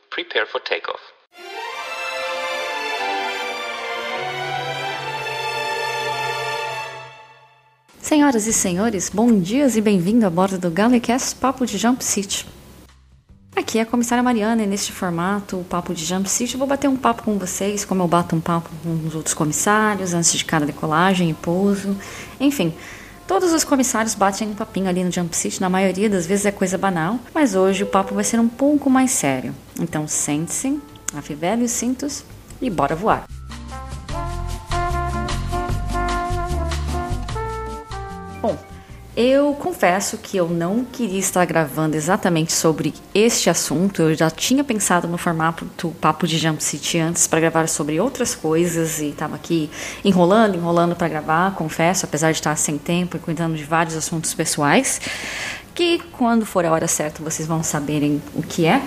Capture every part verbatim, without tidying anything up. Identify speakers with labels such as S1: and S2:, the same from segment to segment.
S1: Prepare for takeoff.
S2: Senhoras e senhores, bom dia e bem-vindo a bordo do Galecast Papo de Jump City. Aqui é a comissária Mariana e neste formato, o Papo de Jump City, eu vou bater um papo com vocês, como eu bato um papo com os outros comissários, antes de cada decolagem e pouso, enfim. Todos os comissários batem um papinho ali no Jump City, na maioria das vezes é coisa banal, mas hoje o papo vai ser um pouco mais sério. Então sente-se, afivele os cintos e bora voar. Bom, eu confesso que eu não queria estar gravando exatamente sobre este assunto. Eu já tinha pensado no formato do Papo de Jump City antes para gravar sobre outras coisas e estava aqui enrolando, enrolando para gravar, confesso, apesar de estar sem tempo e cuidando de vários assuntos pessoais, que quando for a hora certa vocês vão saberem o que é,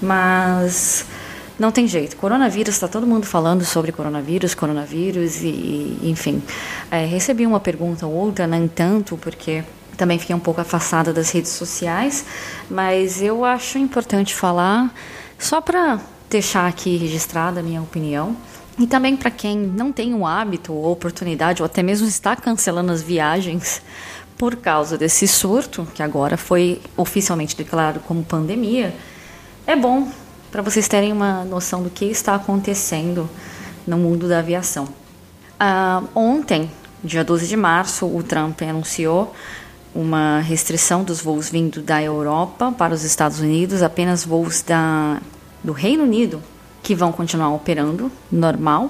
S2: mas não tem jeito. Coronavírus, está todo mundo falando sobre coronavírus, coronavírus e, enfim. É, recebi uma pergunta ou outra, nem tanto, porque também fiquei um pouco afastada das redes sociais, mas eu acho importante falar só para deixar aqui registrada a minha opinião. E também para quem não tem o hábito ou oportunidade, ou até mesmo está cancelando as viagens por causa desse surto, que agora foi oficialmente declarado como pandemia, é bom para vocês terem uma noção do que está acontecendo no mundo da aviação. Ah, ontem, dia doze de março, o Trump anunciou uma restrição dos voos vindo da Europa para os Estados Unidos, apenas voos da, do Reino Unido que vão continuar operando normal.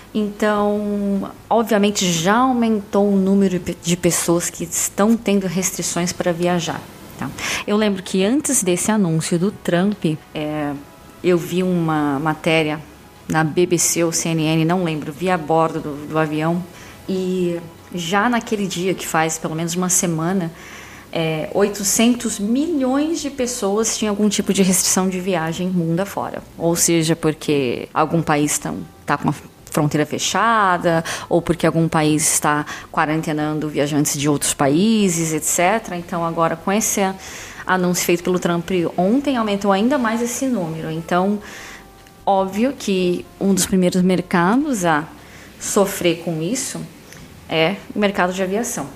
S2: Então, obviamente, já aumentou o número de pessoas que estão tendo restrições para viajar. Tá? Eu lembro que antes desse anúncio do Trump, é, eu vi uma matéria na B B C ou C N N, não lembro, vi a bordo do, do avião e já naquele dia, que faz pelo menos uma semana, é, oitocentos milhões de pessoas tinham algum tipo de restrição de viagem mundo afora. Ou seja, porque algum país está com uma fronteira fechada, ou porque algum país está quarentenando viajantes de outros países, etcétera. Então agora com esse anúncio feito pelo Trump ontem, aumentou ainda mais esse número. Então, óbvio que um dos primeiros mercados a sofrer com isso é o mercado de aviação.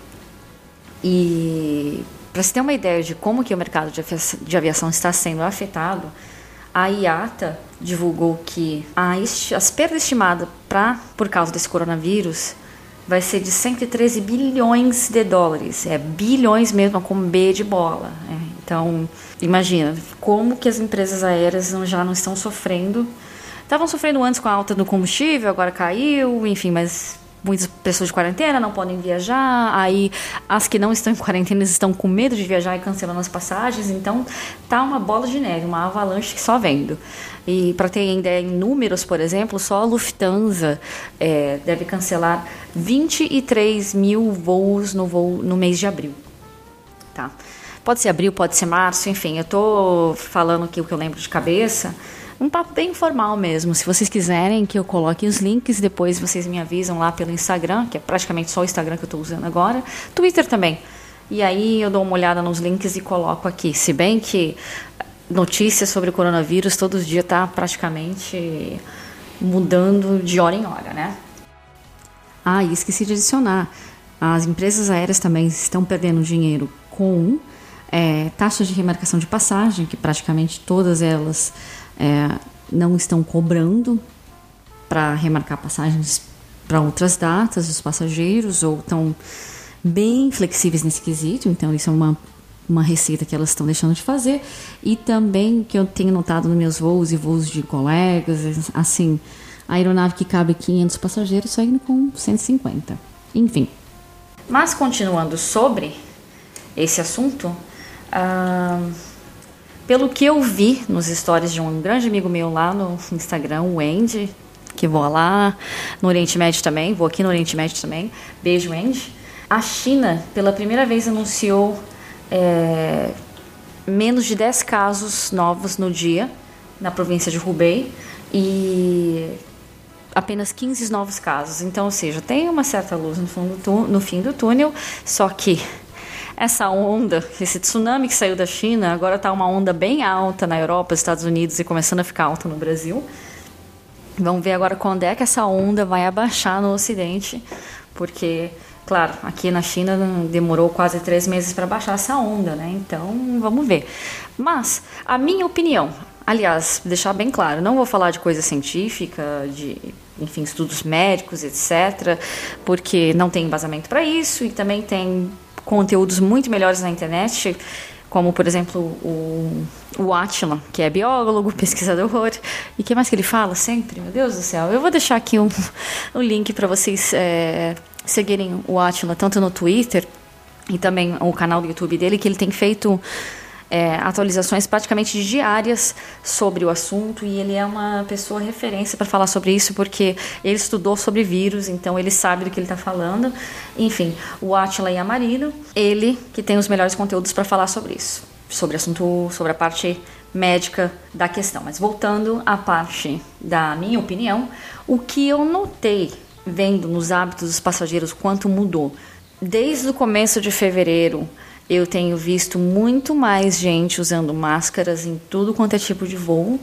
S2: E para você ter uma ideia de como que o mercado de aviação, de aviação está sendo afetado, a I A T A divulgou que a, as perdas estimadas pra, por causa desse coronavírus vai ser de cento e treze bilhões de dólares. É bilhões mesmo, com B de bola. É. Então, imagina, como que as empresas aéreas não, já não estão sofrendo. Estavam sofrendo antes com a alta do combustível, agora caiu, enfim, mas muitas pessoas de quarentena não podem viajar, aí as que não estão em quarentena estão com medo de viajar e cancelando as passagens, então tá uma bola de neve, uma avalanche que só vendo. E para ter ideia em números, por exemplo, só a Lufthansa é, deve cancelar vinte e três mil voos no, voo, no mês de abril. Tá? Pode ser abril, pode ser março, enfim, eu tô falando aqui o que eu lembro de cabeça, um papo bem informal mesmo. Se vocês quiserem que eu coloque os links, depois vocês me avisam lá pelo Instagram, que é praticamente só o Instagram que eu estou usando agora, Twitter também. E aí eu dou uma olhada nos links e coloco aqui, se bem que notícias sobre o coronavírus todos os dias tá praticamente mudando de hora em hora, né? Ah, e esqueci de adicionar, as empresas aéreas também estão perdendo dinheiro com é, taxas de remarcação de passagem, que praticamente todas elas é, não estão cobrando para remarcar passagens para outras datas dos passageiros, ou estão bem flexíveis nesse quesito. Então isso é uma, uma receita que elas estão deixando de fazer. E também que eu tenho notado nos meus voos e voos de colegas, assim, a aeronave que cabe quinhentos passageiros saindo com cento e cinquenta, enfim. Mas continuando sobre esse assunto, ah, pelo que eu vi nos stories de um grande amigo meu lá no Instagram, o Andy, que voa lá no Oriente Médio também, vou aqui no Oriente Médio também, beijo Andy. A China, pela primeira vez, anunciou é, menos de dez casos novos no dia, na província de Hubei, e apenas quinze novos casos. Então, ou seja, tem uma certa luz no, fundo do, no fim do túnel, só que essa onda, esse tsunami que saiu da China, agora está uma onda bem alta na Europa, Estados Unidos e começando a ficar alta no Brasil. Vamos ver agora quando é que essa onda vai abaixar no Ocidente, porque, claro, aqui na China demorou quase três meses para baixar essa onda, né? Então, vamos ver. Mas, a minha opinião, aliás, deixar bem claro, não vou falar de coisa científica, de, enfim, estudos médicos, etcétera, porque não tem embasamento para isso e também tem conteúdos muito melhores na internet, como, por exemplo, o, o Átila, que é biólogo, pesquisador. E o que mais que ele fala sempre? Meu Deus do céu. Eu vou deixar aqui um, um link para vocês é, seguirem o Átila, tanto no Twitter e também o canal do YouTube dele, que ele tem feito é, atualizações praticamente diárias sobre o assunto. E ele é uma pessoa referência para falar sobre isso, porque ele estudou sobre vírus, então ele sabe do que ele está falando. Enfim, o Átila Yamarino, ele que tem os melhores conteúdos para falar sobre isso, sobre assunto, sobre a parte médica da questão. Mas voltando à parte da minha opinião, o que eu notei vendo nos hábitos dos passageiros quanto mudou. Desde o começo de fevereiro, eu tenho visto muito mais gente usando máscaras em tudo quanto é tipo de voo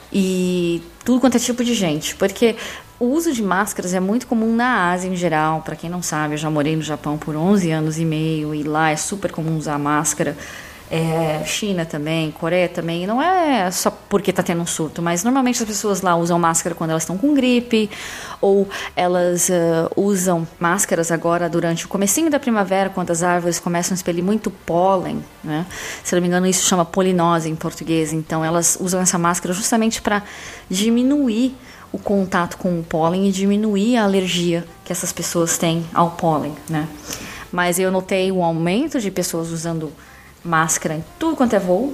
S2: e tudo quanto é tipo de gente, porque o uso de máscaras é muito comum na Ásia em geral. Para quem não sabe, eu já morei no Japão por onze anos e meio e lá é super comum usar máscara. É, China também, Coreia também, não é só porque está tendo um surto, mas normalmente as pessoas lá usam máscara quando elas estão com gripe, ou elas uh, usam máscaras agora durante o comecinho da primavera, quando as árvores começam a expelir muito pólen, né? Se não me engano isso chama polinose em português, então elas usam essa máscara justamente para diminuir o contato com o pólen e diminuir a alergia que essas pessoas têm ao pólen, né? Mas eu notei um aumento de pessoas usando máscara em tudo quanto é voo.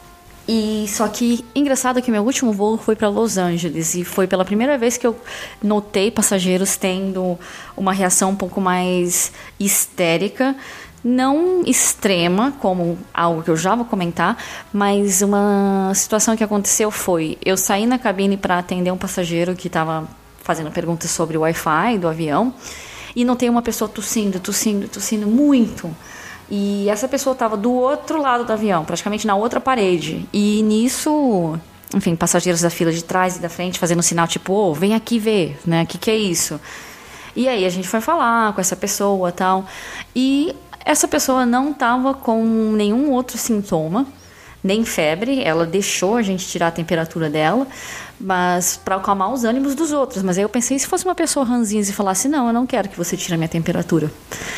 S2: E só que engraçado que meu último voo foi para Los Angeles e foi pela primeira vez que eu notei passageiros tendo uma reação um pouco mais histérica, não extrema como algo que eu já vou comentar, mas uma situação que aconteceu foi: eu saí na cabine para atender um passageiro que estava fazendo perguntas sobre o Wi-Fi do avião e notei uma pessoa tossindo, tossindo, tossindo muito. E essa pessoa estava do outro lado do avião, praticamente na outra parede. E nisso, enfim, passageiros da fila de trás e da frente fazendo sinal tipo, ô, oh, vem aqui ver, né? O que, que é isso? E aí a gente foi falar com essa pessoa e tal. E essa pessoa não estava com nenhum outro sintoma, nem febre. Ela deixou a gente tirar a temperatura dela, mas para acalmar os ânimos dos outros. Mas aí eu pensei, se fosse uma pessoa ranzinza e falasse, não, eu não quero que você tire a minha temperatura,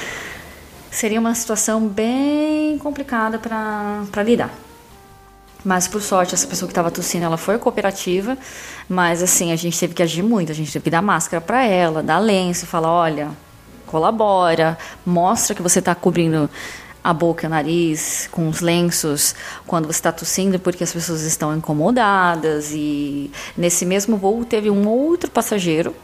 S2: seria uma situação bem complicada para lidar. Mas, por sorte, essa pessoa que estava tossindo, ela foi cooperativa, mas, assim, a gente teve que agir muito, a gente teve que dar máscara para ela, dar lenço, falar, olha, colabora, mostra que você está cobrindo a boca e o nariz com os lenços quando você está tossindo, porque as pessoas estão incomodadas. E nesse mesmo voo teve um outro passageiro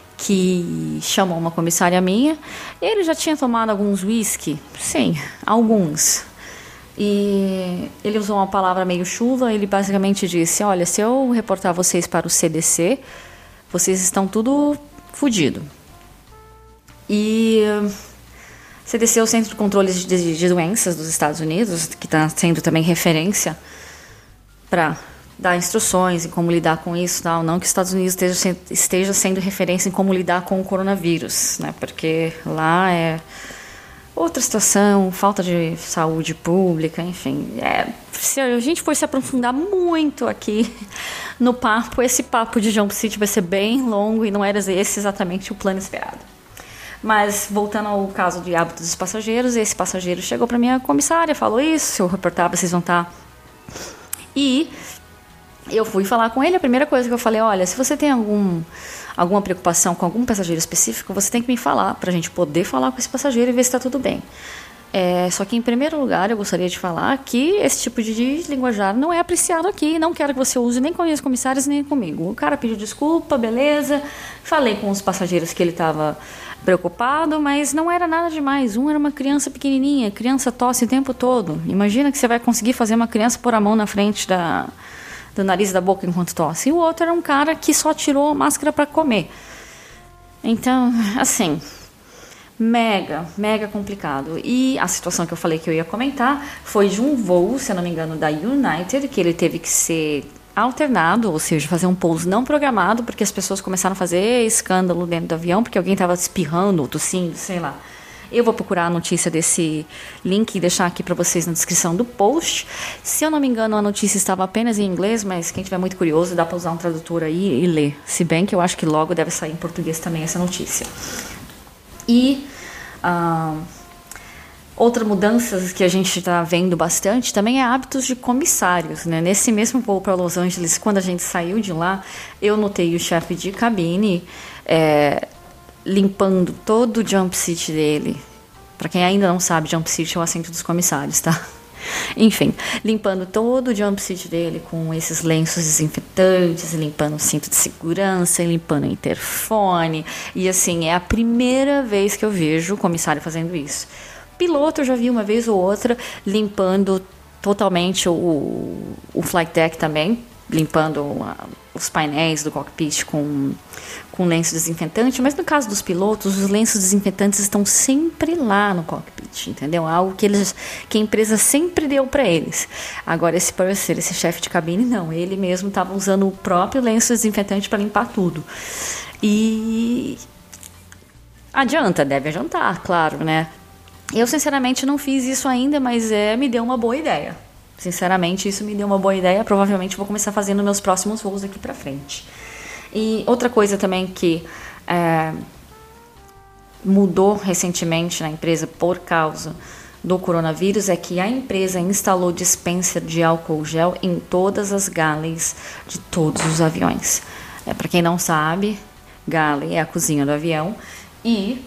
S2: que chamou uma comissária minha. Ele já tinha tomado alguns whisky, sim, alguns. E ele usou uma palavra meio chuva. Ele basicamente disse, olha, se eu reportar vocês para o C D C, vocês estão tudo fodido. E C D C é o Centro de Controle de, de Doenças dos Estados Unidos, que está sendo também referência para dar instruções em como lidar com isso, tal. Não que os Estados Unidos esteja, esteja sendo referência em como lidar com o coronavírus, né? Porque lá é outra situação, falta de saúde pública, enfim. É, se a gente for se aprofundar muito aqui no papo, esse papo de Jump City vai ser bem longo e não era esse exatamente o plano esperado. Mas, voltando ao caso de hábitos dos passageiros, esse passageiro chegou para minha comissária, falou isso, se eu reportar, vocês vão estar... E eu fui falar com ele, a primeira coisa que eu falei, olha, se você tem algum, alguma preocupação com algum passageiro específico, você tem que me falar, para a gente poder falar com esse passageiro e ver se está tudo bem. É, só que, em primeiro lugar, eu gostaria de falar que esse tipo de linguajar não é apreciado aqui. Não quero que você use nem com os comissários, nem comigo. O cara pediu desculpa, beleza. Falei com os passageiros que ele estava preocupado, mas não era nada demais. Um era uma criança pequenininha, criança tosse o tempo todo. Imagina que você vai conseguir fazer uma criança pôr a mão na frente da, do nariz e da boca enquanto tosse. E o outro era um cara que só tirou a máscara para comer. Então, assim... mega, mega complicado. E a situação que eu falei que eu ia comentar foi de um voo, se eu não me engano, da United, que ele teve que ser alternado, ou seja, fazer um pouso não programado, porque as pessoas começaram a fazer escândalo dentro do avião, porque alguém estava espirrando, tossindo, sei lá. Eu vou procurar a notícia desse link e deixar aqui para vocês na descrição do post. Se eu não me engano, a notícia estava apenas em inglês, mas quem tiver muito curioso, dá para usar um tradutor aí e ler. Se bem que eu acho que logo deve sair em português também essa notícia. E ah, outra mudança que a gente está vendo bastante também é hábitos de comissários, né? Nesse mesmo voo para Los Angeles, quando a gente saiu de lá, eu notei o chefe de cabine é, limpando todo o jump seat dele. Para quem ainda não sabe, jump seat é o assento dos comissários, tá? Enfim, limpando todo o jump seat dele com esses lenços desinfetantes, limpando o cinto de segurança, limpando o interfone. E assim, é a primeira vez que eu vejo o comissário fazendo isso. Piloto eu já vi uma vez ou outra limpando totalmente o, o flight deck também, limpando a, os painéis do cockpit com, com lenço desinfetante, mas no caso dos pilotos, os lenços desinfetantes estão sempre lá no cockpit, entendeu? Algo que, eles, que a empresa sempre deu para eles. Agora, esse purser, esse chefe de cabine, não. Ele mesmo estava usando o próprio lenço desinfetante para limpar tudo. E adianta, deve adiantar, claro, né? Eu, sinceramente, não fiz isso ainda, mas é, me deu uma boa ideia. Sinceramente, isso me deu uma boa ideia. Provavelmente vou começar fazendo meus próximos voos daqui para frente. E outra coisa também que é, mudou recentemente na empresa por causa do coronavírus é que a empresa instalou dispenser de álcool gel em todas as galleys de todos os aviões. É, para quem não sabe, galley é a cozinha do avião e...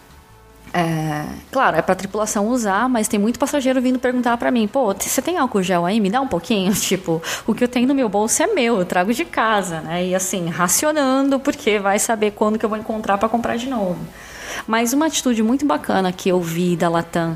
S2: É, claro, é para a tripulação usar, mas tem muito passageiro vindo perguntar para mim, pô, você tem álcool gel aí? Me dá um pouquinho? Tipo, o que eu tenho no meu bolso é meu, eu trago de casa, né? E assim, racionando, porque vai saber quando que eu vou encontrar para comprar de novo. Mas uma atitude muito bacana que eu vi da Latam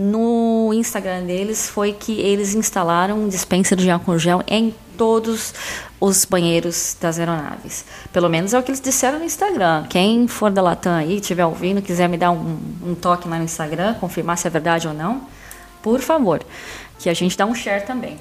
S2: no Instagram deles foi que eles instalaram um dispenser de álcool gel em todos os banheiros das aeronaves. Pelo menos é o que eles disseram no Instagram. Quem for da Latam aí, estiver ouvindo, quiser me dar um, um toque lá no Instagram, confirmar se é verdade ou não, por favor, que a gente dá um share também.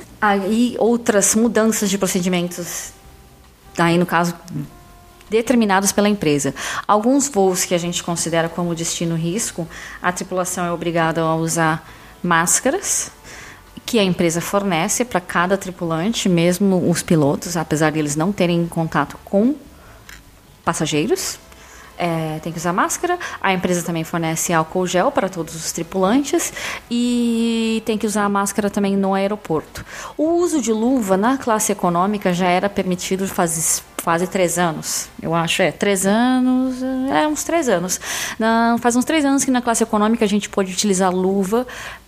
S2: Aí outras mudanças de procedimentos, aí no caso determinados pela empresa. Alguns voos que a gente considera como destino risco, a tripulação é obrigada a usar máscaras que a empresa fornece para cada tripulante, mesmo os pilotos, apesar de eles não terem contato com passageiros. É, tem que usar máscara. A empresa também fornece álcool gel para todos os tripulantes e tem que usar a máscara também no aeroporto. O uso de luva na classe econômica já era permitido faz quase três anos. Eu acho, é, três anos, é, uns três anos. Na, faz uns três anos que na classe econômica a gente pode utilizar luva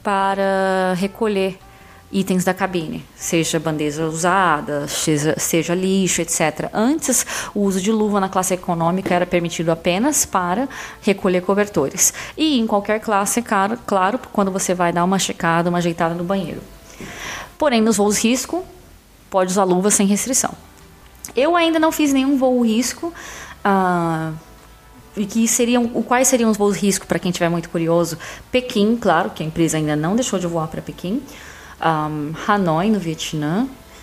S2: para recolher itens da cabine, seja bandeja usada, seja, seja lixo, etcétera. Antes, o uso de luva na classe econômica era permitido apenas para recolher cobertores. E em qualquer classe, claro, claro, quando você vai dar uma checada, uma ajeitada no banheiro. Porém, nos voos risco, pode usar luva sem restrição. Eu ainda não fiz nenhum voo risco, ah, e que seriam, quais seriam os voos risco para quem estiver muito curioso? Pequim, claro, que a empresa ainda não deixou de voar para Pequim. Um, Hanoi no Vietnã,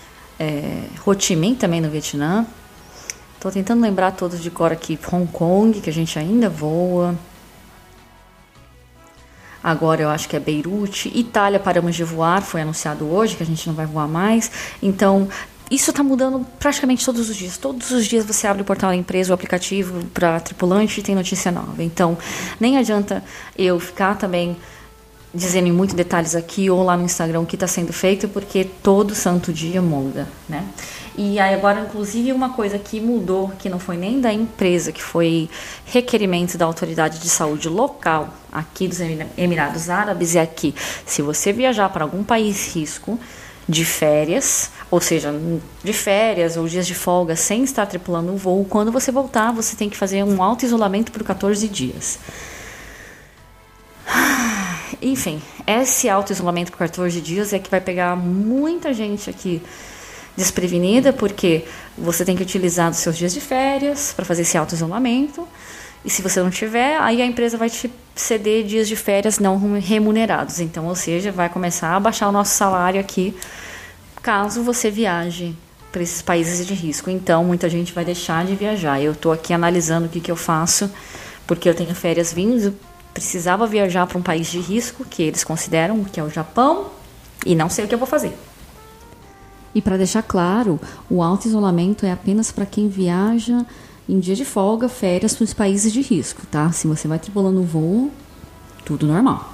S2: é, Ho Chi Minh também no Vietnã. Estou tentando lembrar todos de cor aqui. Hong Kong, que a gente ainda voa. Agora eu acho que é Beirute. Itália, paramos de voar, foi anunciado hoje que a gente não vai voar mais. Então, isso está mudando praticamente todos os dias. Todos os dias você abre o portal da empresa, o aplicativo para tripulante e tem notícia nova. Então, nem adianta eu ficar também dizendo em muitos detalhes aqui ou lá no Instagram o que está sendo feito, porque todo santo dia muda, né? E aí agora, inclusive, uma coisa que mudou, que não foi nem da empresa, que foi requerimento da autoridade de saúde local aqui dos Emirados Árabes, é que se você viajar para algum país risco de férias, ou seja, de férias ou dias de folga sem estar tripulando o voo, quando você voltar, você tem que fazer um auto-isolamento por quatorze dias. Enfim, esse auto-isolamento por quatorze dias é que vai pegar muita gente aqui desprevenida, porque você tem que utilizar os seus dias de férias para fazer esse auto-isolamento E se você não tiver, aí a empresa vai te ceder dias de férias não remunerados. Então, ou seja, vai começar a baixar o nosso salário aqui, caso você viaje para esses países de risco. Então, muita gente vai deixar de viajar. Eu estou aqui analisando o que, que eu faço, porque eu tenho férias vindo, precisava viajar para um país de risco, que eles consideram, que é o Japão, e não sei o que eu vou fazer.
S1: E para deixar claro, o auto-isolamento é apenas para quem viaja em dia de folga, férias para os países de risco, tá? Se você vai tripulando o voo, tudo normal.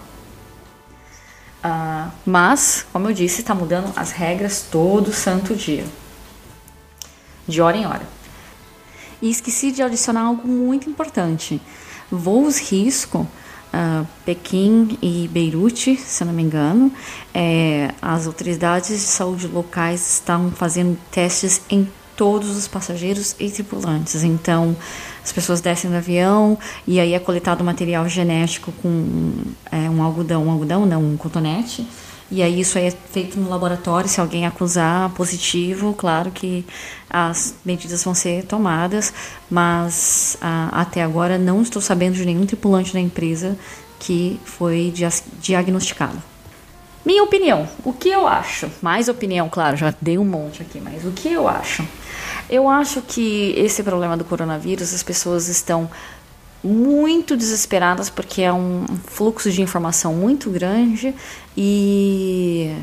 S2: Uh, mas, como eu disse, está mudando as regras todo santo dia. De hora em hora. E esqueci de adicionar algo muito importante. Voos risco, uh, Pequim e Beirute, se eu não me engano, é, as autoridades de saúde locais estão fazendo testes em todos os passageiros e tripulantes. Então, as pessoas descem do avião e aí é coletado material genético com é, um algodão, um algodão não, um cotonete. E aí isso aí é feito no laboratório. Se alguém acusar positivo, claro que as medidas vão ser tomadas, mas ah, até agora não estou sabendo de nenhum tripulante da empresa que foi diagnosticado. Minha opinião, o que eu acho? Mais opinião, claro, já dei um monte aqui, mas o que eu acho? Eu acho que esse problema do coronavírus, as pessoas estão muito desesperadas porque é um fluxo de informação muito grande e,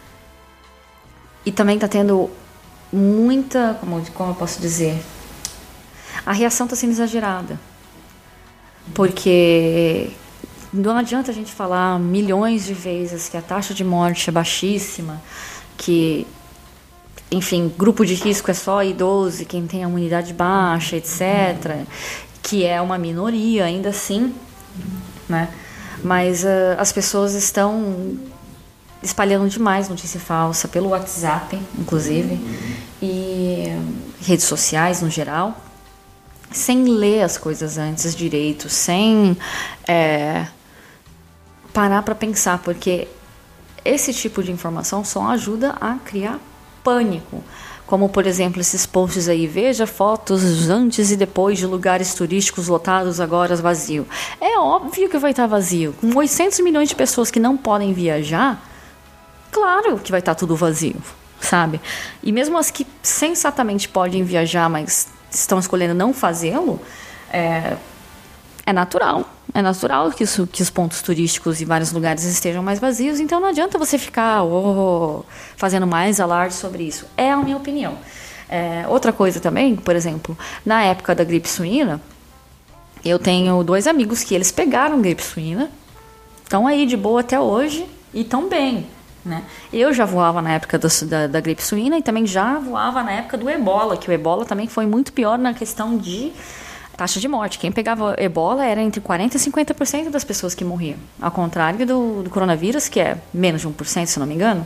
S2: e também está tendo muita, como, como eu posso dizer, a reação está sendo exagerada, porque não adianta a gente falar milhões de vezes que a taxa de morte é baixíssima, que, enfim, grupo de risco é só idoso e quem tem a imunidade baixa, etcétera, que é uma minoria ainda assim, né? Mas uh, as pessoas estão espalhando demais notícia falsa pelo WhatsApp, inclusive, e redes sociais no geral, sem ler as coisas antes direito, sem é, parar para pensar, porque esse tipo de informação só ajuda a criar pânico. Como, por exemplo, esses posts aí, veja fotos antes e depois de lugares turísticos lotados, agora vazio. É óbvio que vai estar vazio. Com oitocentos milhões de pessoas que não podem viajar, claro que vai estar tudo vazio, sabe? E mesmo as que sensatamente podem viajar, mas estão escolhendo não fazê-lo, é, é natural. É natural que, isso, que os pontos turísticos e vários lugares estejam mais vazios, então não adianta você ficar oh, fazendo mais alarde sobre isso. É a minha opinião. É, outra coisa também, por exemplo, na época da gripe suína, eu tenho dois amigos que eles pegaram gripe suína, estão aí de boa até hoje e estão bem. Né? Eu já voava na época do, da, da gripe suína e também já voava na época do ebola, que o ebola também foi muito pior na questão de taxa de morte. Quem pegava ebola era entre quarenta por cento e cinquenta por cento das pessoas que morriam. Ao contrário do, do coronavírus, que é menos de um por cento, se não me engano.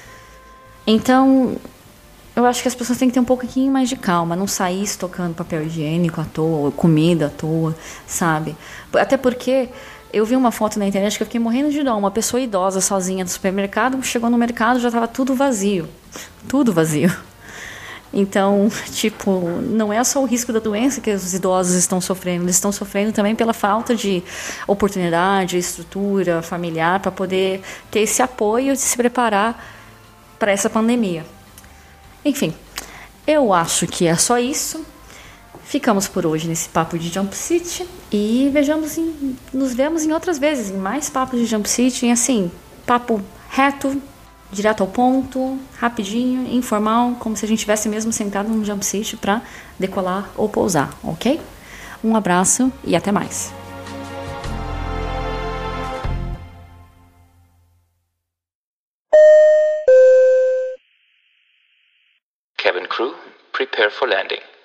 S2: Então, eu acho que as pessoas têm que ter um pouquinho mais de calma. Não sair estocando papel higiênico à toa, comida à toa, sabe? Até porque eu vi uma foto na internet que eu fiquei morrendo de dó. Uma pessoa idosa sozinha no supermercado, chegou no mercado, já estava tudo vazio. Tudo vazio. Então, tipo, não é só o risco da doença que os idosos estão sofrendo, eles estão sofrendo também pela falta de oportunidade, estrutura familiar para poder ter esse apoio de se preparar para essa pandemia. Enfim, eu acho que é só isso. Ficamos por hoje nesse papo de Jump City e vejamos em, nos vemos em outras vezes, em mais papos de Jump City, em assim, papo reto, direto ao ponto, rapidinho, informal, como se a gente estivesse mesmo sentado num Jump City para decolar ou pousar, ok? Um abraço e até mais.
S3: Cabin crew, prepare for landing.